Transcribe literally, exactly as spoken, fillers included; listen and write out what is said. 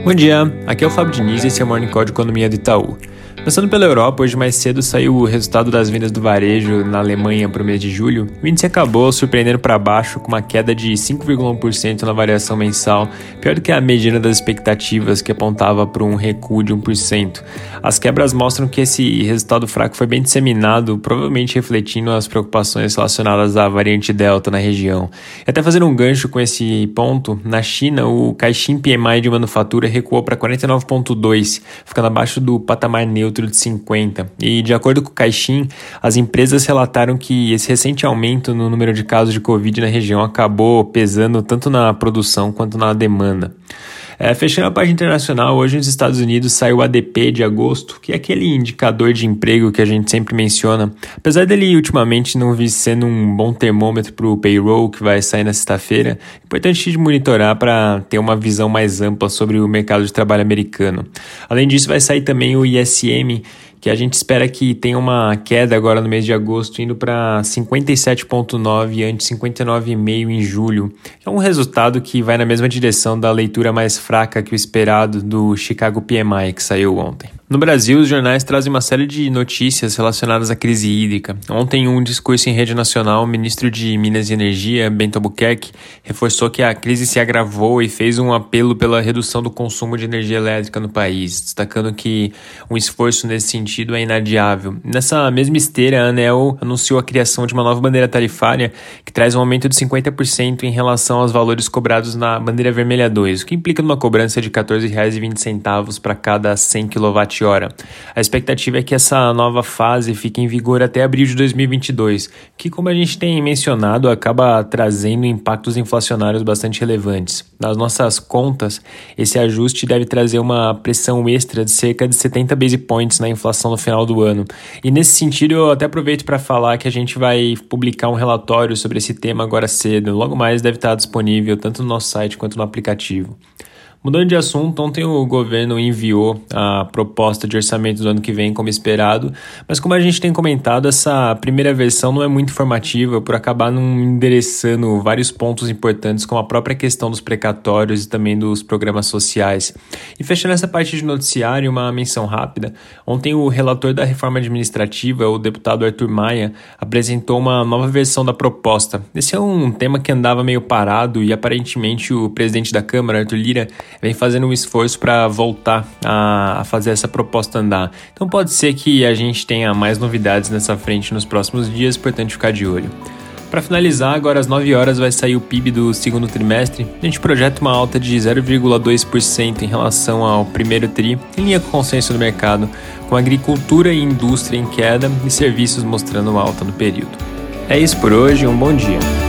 Bom dia, aqui é o Fábio Diniz e esse é o Morning Call de Economia do Itaú. Começando pela Europa, hoje mais cedo saiu o resultado das vendas do varejo na Alemanha para o mês de julho. O índice acabou surpreendendo para baixo com uma queda de cinco vírgula um por cento na variação mensal, pior do que a mediana das expectativas, que apontava para um recuo de um por cento. As quebras mostram que esse resultado fraco foi bem disseminado, provavelmente refletindo as preocupações relacionadas à variante Delta na região. E até fazendo um gancho com esse ponto, na China, o Caixin P M I de manufatura recuou para quarenta e nove vírgula dois, ficando abaixo do patamar neutro de cinquenta. E de acordo com o Caixin, as empresas relataram que esse recente aumento no número de casos de Covid na região acabou pesando tanto na produção quanto na demanda. É, fechando a página internacional, hoje nos Estados Unidos saiu o A D P de agosto, que é aquele indicador de emprego que a gente sempre menciona. Apesar dele ultimamente não vir sendo um bom termômetro para o payroll que vai sair na sexta-feira, é importante de monitorar para ter uma visão mais ampla sobre o mercado de trabalho americano. Além disso, vai sair também o I S M, que a gente espera que tenha uma queda agora no mês de agosto, indo para cinquenta e sete vírgula nove antes de cinquenta e nove vírgula cinco em julho. É um resultado que vai na mesma direção da leitura mais fraca que o esperado do Chicago P M I, que saiu ontem. No Brasil, os jornais trazem uma série de notícias relacionadas à crise hídrica. Ontem, em um discurso em rede nacional, o ministro de Minas e Energia, Bento Albuquerque, reforçou que a crise se agravou e fez um apelo pela redução do consumo de energia elétrica no país, destacando que um esforço nesse sentido é inadiável. Nessa mesma esteira, a ANEEL anunciou a criação de uma nova bandeira tarifária que traz um aumento de cinquenta por cento em relação aos valores cobrados na bandeira vermelha dois, o que implica numa cobrança de quatorze reais e vinte centavos para cada cem quilowatt-hora. A expectativa é que essa nova fase fique em vigor até abril de dois mil e vinte e dois, que, como a gente tem mencionado, acaba trazendo impactos inflacionários bastante relevantes. Nas nossas contas, esse ajuste deve trazer uma pressão extra de cerca de setenta base points na inflação no final do ano. E nesse sentido, eu até aproveito para falar que a gente vai publicar um relatório sobre esse tema agora cedo. Logo mais deve estar disponível tanto no nosso site quanto no aplicativo. Mudando de assunto, ontem o governo enviou a proposta de orçamento do ano que vem como esperado, mas como a gente tem comentado, essa primeira versão não é muito informativa por acabar não endereçando vários pontos importantes, como a própria questão dos precatórios e também dos programas sociais. E fechando essa parte de noticiário, uma menção rápida. Ontem o relator da reforma administrativa, o deputado Arthur Maia, apresentou uma nova versão da proposta. Esse é um tema que andava meio parado e aparentemente o presidente da Câmara, Arthur Lira, vem fazendo um esforço para voltar a, a fazer essa proposta andar. Então pode ser que a gente tenha mais novidades nessa frente nos próximos dias, portanto ficar de olho. Para finalizar, agora às nove horas vai sair o P I B do segundo trimestre. A gente projeta uma alta de zero vírgula dois por cento em relação ao primeiro tri, em linha com o consenso do mercado, com agricultura e indústria em queda e serviços mostrando alta no período. É isso por hoje, um bom dia.